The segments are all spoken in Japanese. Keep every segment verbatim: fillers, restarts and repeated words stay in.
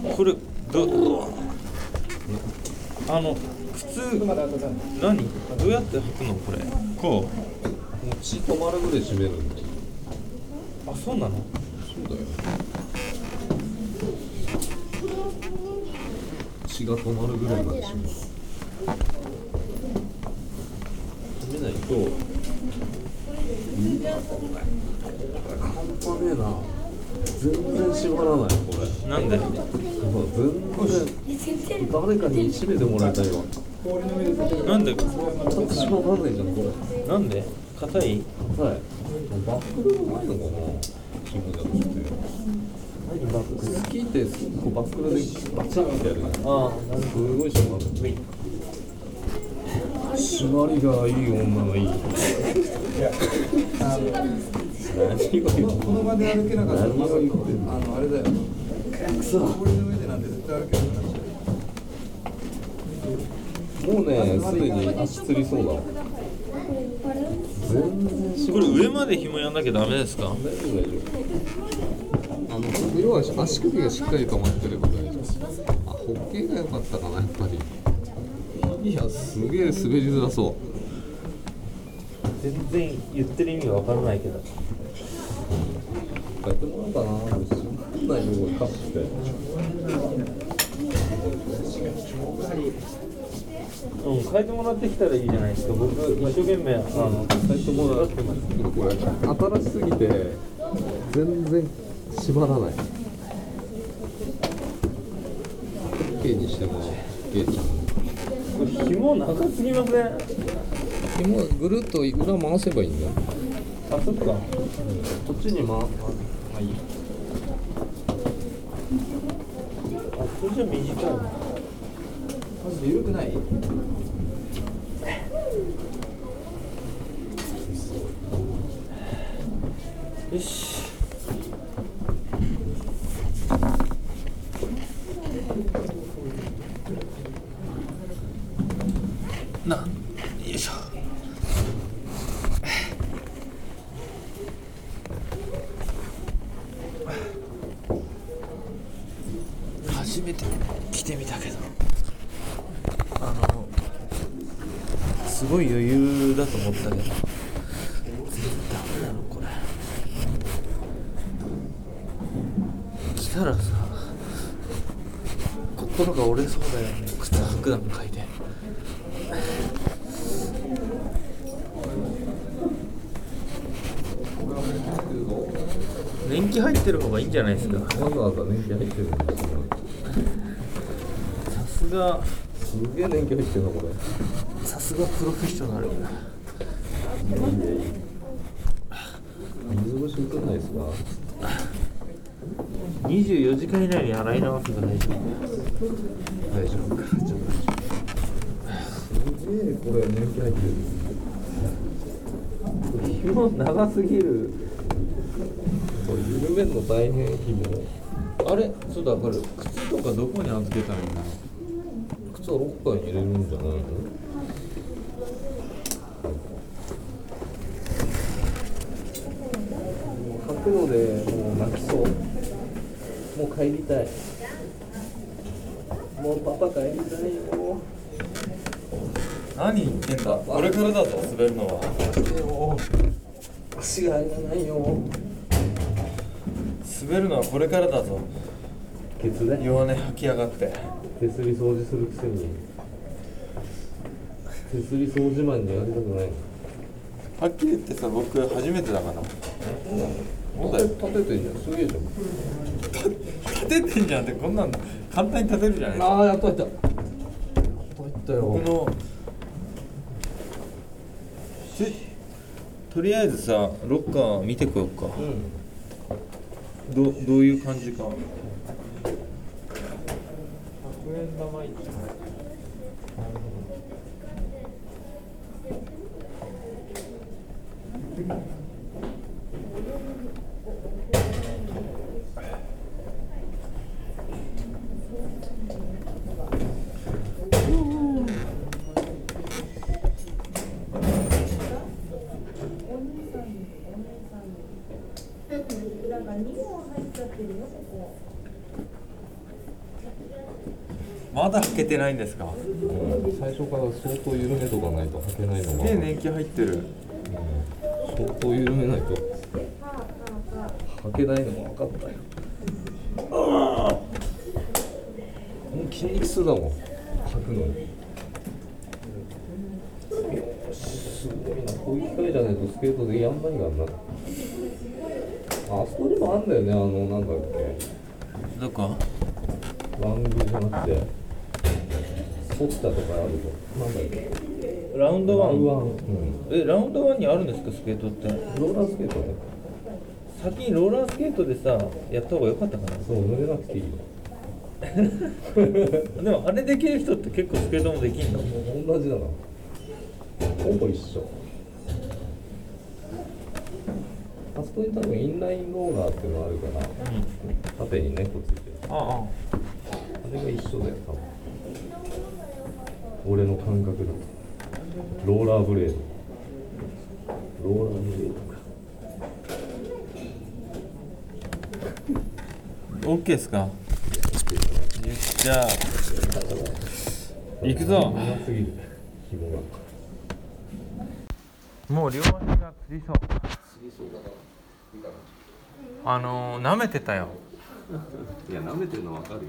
これどあの靴何どうやって履くのこれこうもう血止まるぐらい締めるんだよ。 あそうなのそうだよ。血が止まるぐらいまで締める。締めないとうわ半端ねえな。全然締まらないこれ。 なんで全然誰かに締めてもらいたいわ。 なんで締まらないじゃんこれ。 なんで硬いはい。バックルがないのかな。紐じゃなくて。何バックル？スキーってこうバックルでバチンってやる。ああ、すごい締まる。締まりがいい女がいい。何がいいの？ この場で歩けなかったらまさかあのあれだよ。くそ。氷の上でなんて絶対歩けなくなっちゃう。もうね、すでに足つりそうだ。全然締これ上まで紐やんなきゃダメですか？ 大丈夫大丈夫。あの要は足首がしっかり止まってれば大丈夫。あ、ホッケーが良かったかなやっぱり。いやすげえ滑りづらそう。 全然言ってる意味がわからないけど。 やってもらおうかな。締まんないよカップして。 うん、変えてもらってきたらいいじゃないですか。僕一生懸命あの変えてもらってます。これ新しすぎて全然締まらない。OK にしても OK ちゃん。 これ紐長すぎません？ 紐ぐるっと裏回せばいいんだよ。 あ、そっか。うん、こっちに回あ、はい。 あ、これじゃ短いな。 マジで緩くない？ よし。な、よいしょ。初めて来てみたけど、あのすごい余裕だと思ったけど、ダメなのこれ。来たらさ、心が折れそうだよね。靴履く段階で。年季入ってる方がいいんじゃないですか。 わざわざ年季入ってるんですよ。 さすがすげえ年季入ってるなこれ。 さすがプロフェッショナル。 いやいやいや。水越し映んないですか？ にじゅうよじかん以内に洗い直せば大丈夫。 大丈夫か。ちょっとすげえこれ年季入ってる。 紐長すぎる。 これ緩めるの大変。紐あれ、そうだ、これ靴とかどこに預けたらいいの？ 靴はロッカーに入れるんじゃないの？履くのでもう泣きそう。もう帰りたい。もうパパ帰りたいよ。 何言ってんだ。これからだぞ、滑るのは。 足が入らないよ。 滑るのはこれからだぞ。 ケツで弱音吐きやがって。 手すり掃除するくせに手すり掃除マンにやりたくないの。 はっきり言ってさ、僕初めてだから。 そうだよ。立ててんじゃん。すげえじゃん。 立ててんじゃんって、こんなん簡単に立てるじゃないですか。 ああ、やっと入った。やっと入ったよ。 このとりあえずさ、ロッカー見てこようか。うん、ど, どういう感じか。ひゃくえん玉いっちゃう。 なんかにほん入っちゃってるよ、ここ。 まだ履けてないんですか？ うん、最初から相当緩めとかないと履けないのが。 すげえ年季入ってる。 うん、相当緩めないと履けないのが分かったよ。ああ、もう筋肉痛だもん、履くのに。すごいな、こういう機会じゃないとスケートでやんないからな。あそこにもあんだよね、あのなんだっけ、 どこ？ ラングじゃなくてソッタとかあると、なんだっけ、 ラウンドワン。 ラウンドワン、うん、 え、ラウンドワンにあるんですか、スケートって？ ローラースケートね。 先にローラースケートでさ、やった方が良かったかな。 そう、濡れなくていいよ。 でもあれできる人って結構スケートもできんの？ 同じだな、ほぼ一緒。あそこに多分インラインローラーっていうのがあるから、うん、縦にねこうついてる。ああ、あれが一緒だよ多分。俺の感覚だとローラーブレード、ローラーブレードか。 オッケーですか？じゃあ行くぞ。 長すぎる紐が。 もう両足がつりそう。 つりそうだからいいかな。 あのー、舐めてたよ。 いや、舐めてるの分かるよ。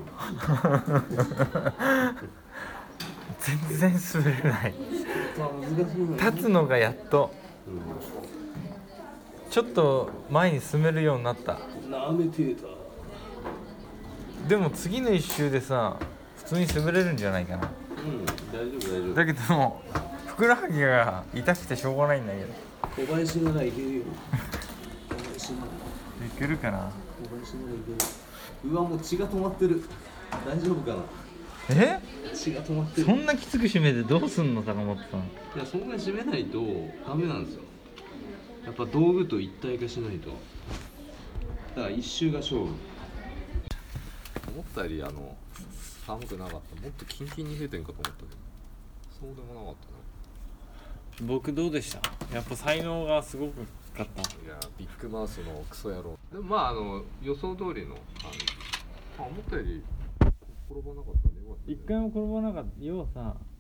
全然滑れない。立つのがやっと、うん、ちょっと前に進めるようになった。 舐めてた。 でも次の一周でさ、普通に滑れるんじゃないかな。 うん、大丈夫大丈夫。 だけどもふくらはぎが痛くてしょうがないんだけど。 小林ならいけるよ。小林ならいけるかな。 小林ならいける。うわ、もう血が止まってる。大丈夫かな。 え？ 血が止まってる。 そんなきつく締めてどうすんの、坂本さん。いや、そんなに締めないとダメなんですよ。やっぱ道具と一体化しないと。だから一周が勝負。思ったよりあの寒くなかった。もっとキンキンに冷えてんかと思ったけど、そうでもなかったね。 僕どうでした？やっぱ才能がすごくかった。 いや、ビッグマウスのクソ野郎。でもまああの予想通りの感じ。あ、思ったより転ばなかったね。よかったね。 一回も転ばなかった。要はさ、うん、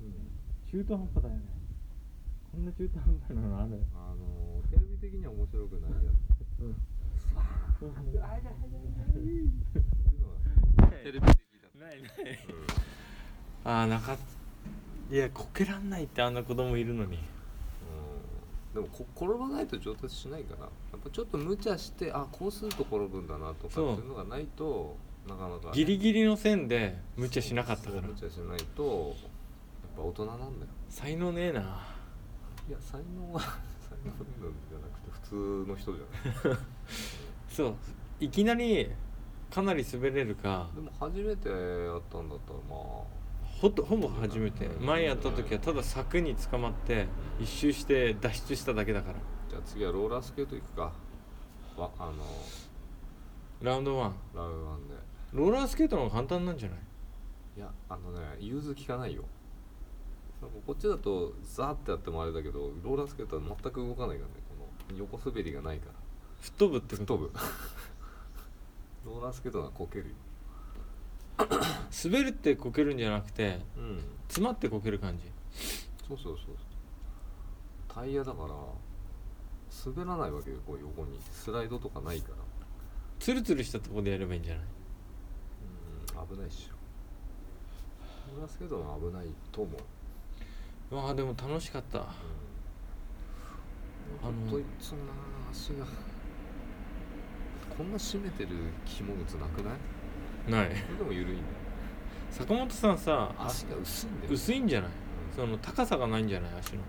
中途半端だよね。こんな中途半端なのある？あのテレビ的には面白くないやつ。うん。テレビ的だ。 ないない。うん、ああ、なかっいや、こけらんないってあんな子供いるのに。 うん、でもこ転ばないと上達しないから、やっぱちょっと無茶して、あ、こうすると転ぶんだなとかっていうのがないとなかなか、ね、 ギリギリの線で無茶しなかったから。 無茶しないとやっぱ大人なんだよ。 才能ねえな。 いや、才能は才能じゃなくて普通の人じゃない。 そう、いきなりかなり滑れるか。 でも初めてやったんだったらまあほ, ほぼ初めて。前やった時はただ柵に捕まって一周して脱出しただけだから。 じゃあ次はローラースケート行くか。わあのラウンドワン。 ラウンドワンでローラースケートの方が簡単なんじゃない？ いや、あのね、融通効かないよ。こっちだとザーってやってもあれだけど、ローラースケートは全く動かないからね。この横滑りがないから。 吹っ飛ぶってこと？ 吹っ飛ぶ。ローラースケートはこけるよ。 滑るってこけるんじゃなくて、うん、詰まってこける感じ。 そうそうそう。タイヤだから滑らないわけよ。こう横にスライドとかないから。 ツルツルしたところでやればいいんじゃない？ うん、危ないっしょ。ローラースケートは危ないと思う。 ああ、でも楽しかった。うん、 あのといつもな、足がこんな締めてる肝靴なくない？ ない。 それでも緩いんだよ。 坂本さんさ、 足が薄いんだよ。 薄いんじゃない？うん、その高さがないんじゃない、足の。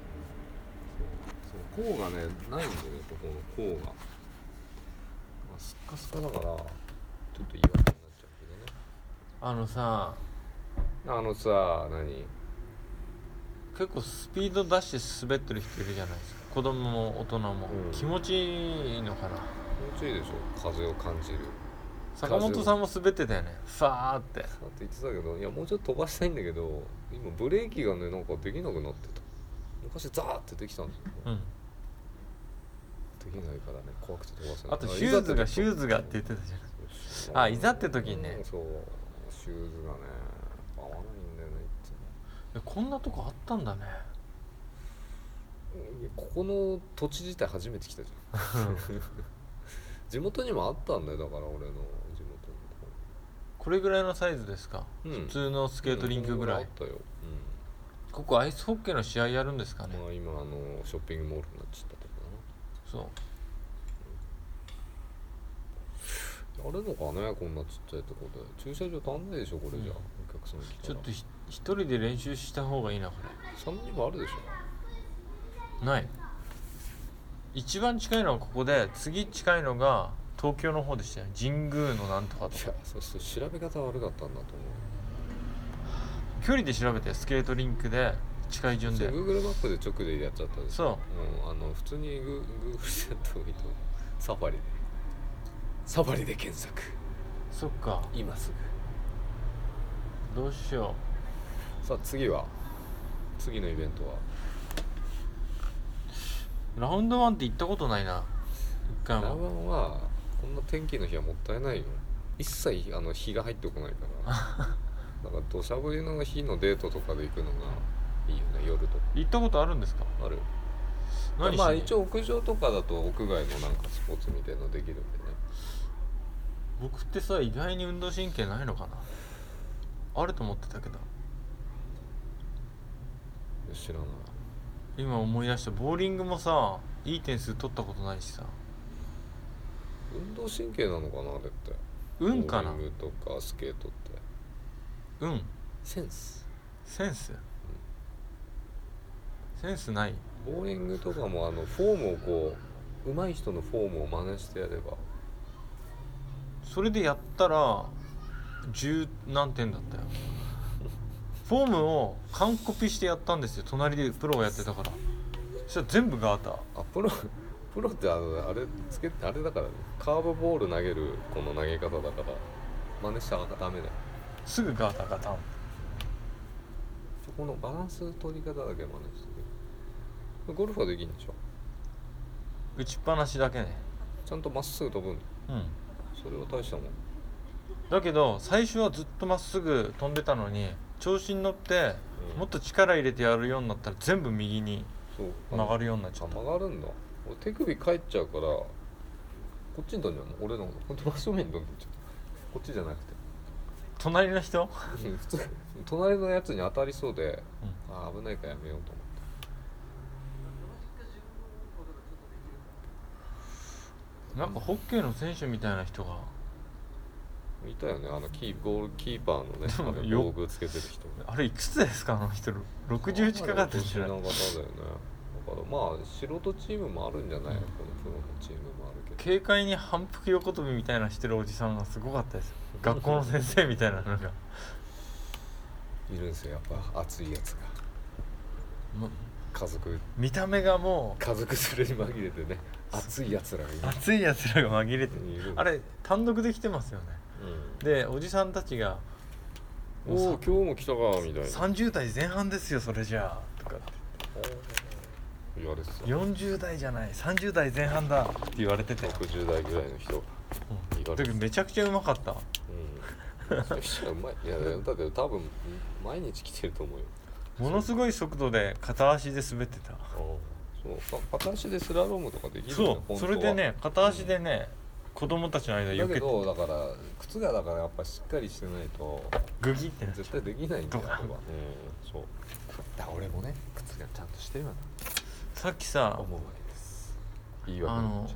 そうそう、甲がねないんだよね、ここの甲が。スッカスカだからちょっと違和感になっちゃうけどね。 あのさあのさ何結構スピード出して滑ってる人いるじゃないですか。子供も大人も、うん、気持ちいいのかな。 気持ちいいでしょ、風を感じる。 坂本さんも滑ってたよね、ファーってファーって言ってたけど、いやもうちょっと飛ばしたいんだけど、今ブレーキがねなんかできなくなってた。昔ザーってできたんですよ、うん、できないからね、怖くて飛ばせない。 あとシューズがシューズがって言ってたじゃない。あ、いざって時にね、 そうシューズがね合わないんだよねいつも。 えこんなとこあったんだね。 いやここの土地自体初めて来たじゃん地元にもあったんだよ、だから俺の地元のとここれぐらいのサイズですか、 うん普通のスケートリンクぐらい、 うんあったよ、うここアイスホッケーの試合やるんですかん、 ね。 まあ今あのショッピングモールになっちゃったとこそうだな。あるのかね、こんなちっちゃいとこで。駐車場足んないでしょこれじゃ、 うんお客さん来たら。 ちょっとひ一人で練習した方がいいなこさんにんもあるでしょ。 れ。ない。一番近いのはここで、次近いのが東京の方でしたよ。神宮のなんとかとか。 いや、そうすると調べ方悪かったんだと思う。 距離で調べてスケートリンクで近い順で。 Google マップで直でやっちゃったでしょ。 そううん、あの普通に Google でやった方がいいと思う。サファリでサファリで検索。 そっか、 今すぐ。 どうしよさあ次は次のイベントはう。ラウンドワンって行ったことないな一回ラワも。 ンはこんな天気の日はもったいないよ。一切あの日が入ってこないからだから土砂降りの日のデートとかで行くのがいいよね、夜とか。 行ったことあるんですか。 ある。 何しにまあ一応屋上とかだと屋外のなんかスポーツみたいのできるんでね。 僕ってさ意外に運動神経ないのかな。あると思ってたけど、 知らない。 今思い出した。ボーリングもさいい点数取ったことないしさ。 運動神経なのかなあれって。 運かな。 ボーリングとかスケートって運、 センス。 センス、センスない。 ボーリングとかもあのフォームをこう上手い人のフォームを真似してやれば。 それでやったら十何点だったよフォームを完コピしてやったんですよ。隣でプロがやってたから。そしたら全部ガーター。 あ、プロプロってあのあれつけあれだからね、カーブボール投げるこの投げ方だから真似したらダメだよ。 すぐガーターガタン。 このバランス取り方だけ真似してる。ゴルフはできんでしょ。 打ちっぱなしだけね。 ちゃんとまっすぐ飛ぶんだ。 うん。 それは大したもん。 だけど最初はずっとまっすぐ飛んでたのに調子に乗って、 うんもっと力入れてやるようになったら全部右にそう曲がるようになっちゃあった。 曲がるんだ。俺手首返っちゃうからこっちに飛んじゃうの。俺のほんと真正面に飛んでっちゃう。こっちじゃなくて隣の人うん普通隣のやつに当たりそうで、 うんあー危ないからやめようと思って。 なんかホッケーの選手みたいな人がいたよね、あのキーゴールキーパーのね、あのよ防具つけてる人。 あれいくつですかあの人。ろくじゅう近かったんじゃない。 年の方だよね。だからまあ素人チームもあるんじゃない、 うんこのプロのチームもあるけど。 軽快に反復横跳びみたいなしてるおじさんがすごかったですよ。学校の先生みたいなのがいるんですよ、やっぱ熱いやつが。 もう家族見た目がも家族連れに紛れてね、熱いやつらがいる。 う熱いやつらが紛れているあれ単独で来てますよね。 うん、 でおじさんたちがおお今日も来たかみたいな。 さんじゅう代前半ですよそれじゃあとかって言われてた。 よんじゅう代じゃないさんじゅう代前半だって言われてて、 ろくじゅう代ぐらいの人がうん言われてた。 だけどめちゃくちゃうまかった。 うん。そしたらうまい。いやだって多分毎日来てると思うよ。 ものすごい速度で片足で滑ってた。 そうか片足でスラロームとかできるんだよそう本当は。 それでね片足でね、子供たちの間避だけけてどだから靴がだからやっぱしっかりしてないとグギってなっちゃう絶対できないんだよドカンあれは。うん、そう。だから俺もね靴がちゃんとしてるよさっきさな思うわけです。いいわけあの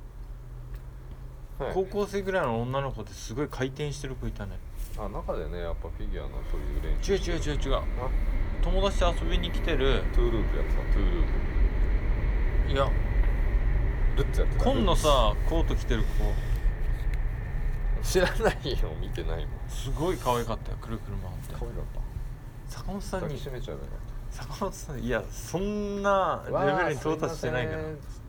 はい、 高校生ぐらいの女の子ってすごい回転してる子いたね。 あ中でねやっぱフィギュアのという練習違う違う違う違うあ友達と遊びに来てる。 トゥーループやってた。トゥールーいやプルッツやってた。 紺のさコート着てる子知らないよ見てないもん。 すごい可愛かったよ。くるくる回って可愛かっ坂本さた。 んに抱きしめちゃうよ。 坂本さんいやそんなレベルに到達してないから。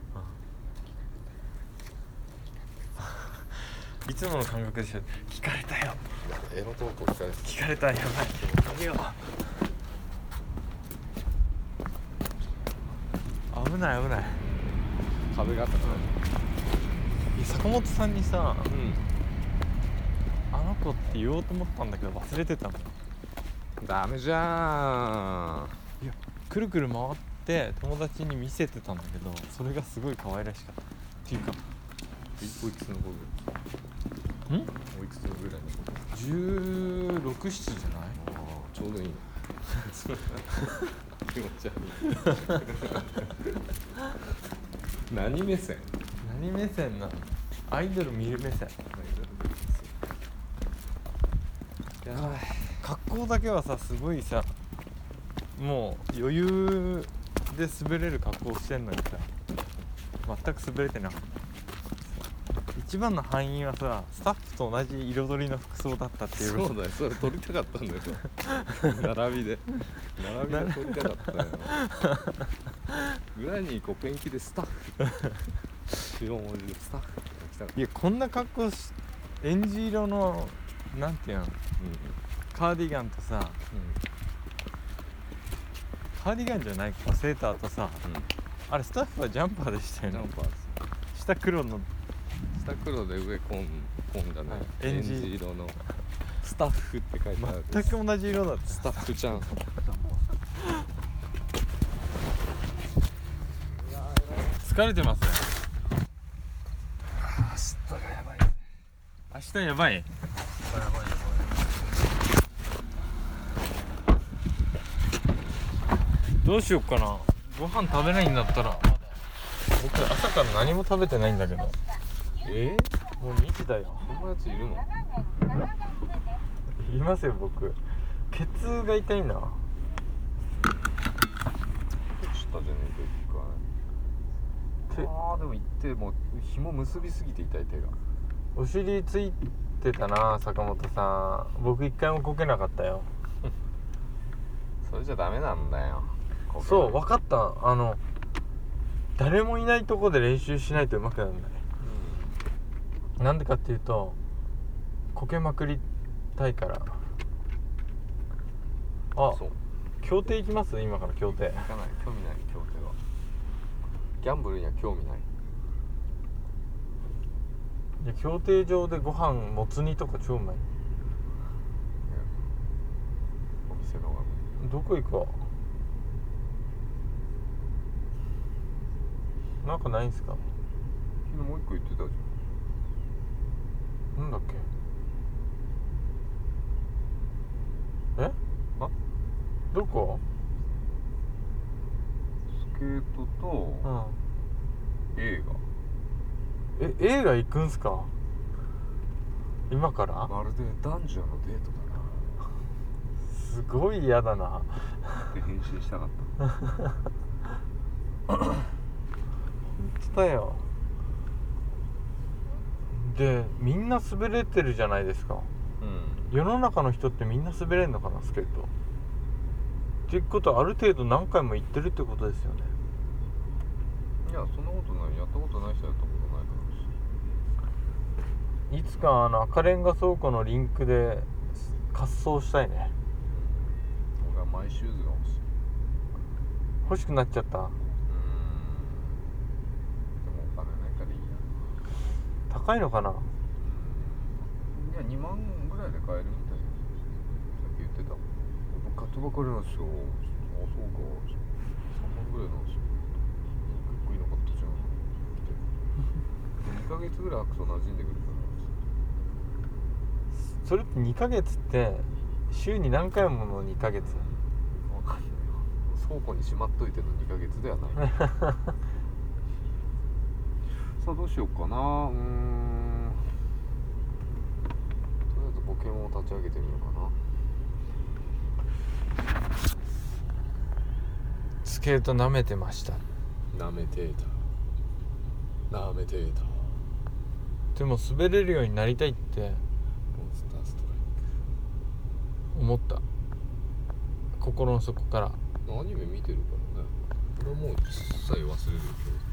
いつもの感覚でしょ。聞かれたよエロトークを聞かれて聞かれたやばいあげよう。危ない危ない。 壁があったから。 いや坂本さんにさうん。 あの子って言おうと思ったんだけど忘れてたの。 ダメじゃいやくるくる回って友達に見せてたんだけど、それがすごい可愛らしかったっていうか、 ん。おいくつの子ぐらい？ んおいくつのぐらいの子？ じゅうろく、ななじゃない？ ああ、ちょうどいいね。気持ち悪い。何目線？ 何目線なの？アイドル見る目線。 やばい。 格好だけはさ、すごいさ、もう余裕で滑れる格好してんのにさ、全く滑れてなかった。一番の敗因はさ、スタッフと同じ彩りの服装だったっていう。 そうだよ、それ撮りたかったんだよ。並びで並びで撮りたかったよ。裏にこうペンキでスタッフ白文字でスタッフって書きたかった。 いや、こんな格好し、エンジ色のなんていうの、カーディガンとさ、カーディガンじゃないか、セーターとさ、 うんうん、 あれスタッフはジャンパーでしたよね。 ジャンパーです。 下黒の下黒で上紺紺じゃない、 エンジエンジ色のスタッフって書いてある。 全く同じ色だった。 スタッフちゃん。 疲れてますね。 明日がやばい。 明日やばい。 やばいやどうしよっかな。ご飯食べないんだったら、僕朝から何も食べてないんだけど。 ばい。えもうにじだよ。 ー、そんなやついるの？ いますよ僕。ケツが痛いな。 落ちたじゃねえか一回。ああ、でも行ってもう紐結びすぎて痛い手が。 お尻ついてたな、坂本さん。僕一回もこけなかったよ。 それじゃダメなんだよ。 そう、分わかった。あの誰もいないとこで練習しないと上手くなるんだね。なんでかっていうと、こけまくりたいから。あ、 そう。 競艇行きます？今から競艇。 行かない、興味ない、競艇は。ギャンブルには興味ない。 いや、競艇場でご飯もつ煮とか超うまい。 お店の方がどこ行くわ。なんかないんすか？ 昨日もう一個言ってたじなんだっけ？え？ あどこ？ ゃん。スケートとうん。 映え、映画行くんすか？今から？ 画。まるで男女のデートだな。 すごい嫌だな。 で返信したかった。 本当だよ。で、みんな滑れてるじゃないですか。 うん。 世の中の人ってみんな滑れんのかな、スケート。っていうことはある程度何回も行ってるってことですよね。 いや、そんなことない。やったことない人はやったことないだろうし。 いつかあの赤レンガ倉庫のリンクで滑走したいね。 俺はマイシューズが欲しい。 欲しくなっちゃった。 うーん。でもお金ないからいいや。 高いのかな。 いや、にまんぐらいで買えるみたいよ。さっき言ってた。僕買ったばかりなんですよ。あ、そうか。さんまんぐらいなんですよ。結構いいの買ったじゃん。にかげつぐらい履くと馴染んでくるから。 それってにかげつって週に何回ものにかげつ？ わかんないよ。倉庫にしまっといてのにかげつではない。さあどうしようかな。うーん。とりあえずポケモンを立ち上げてみようかな。 スケート舐めてました。 なめてーた。なめてーた。 でも滑れるようになりたいってモンスターストライ思った。心の底から。 ク。アニメ見てるからね。これはもう一切忘れるけど。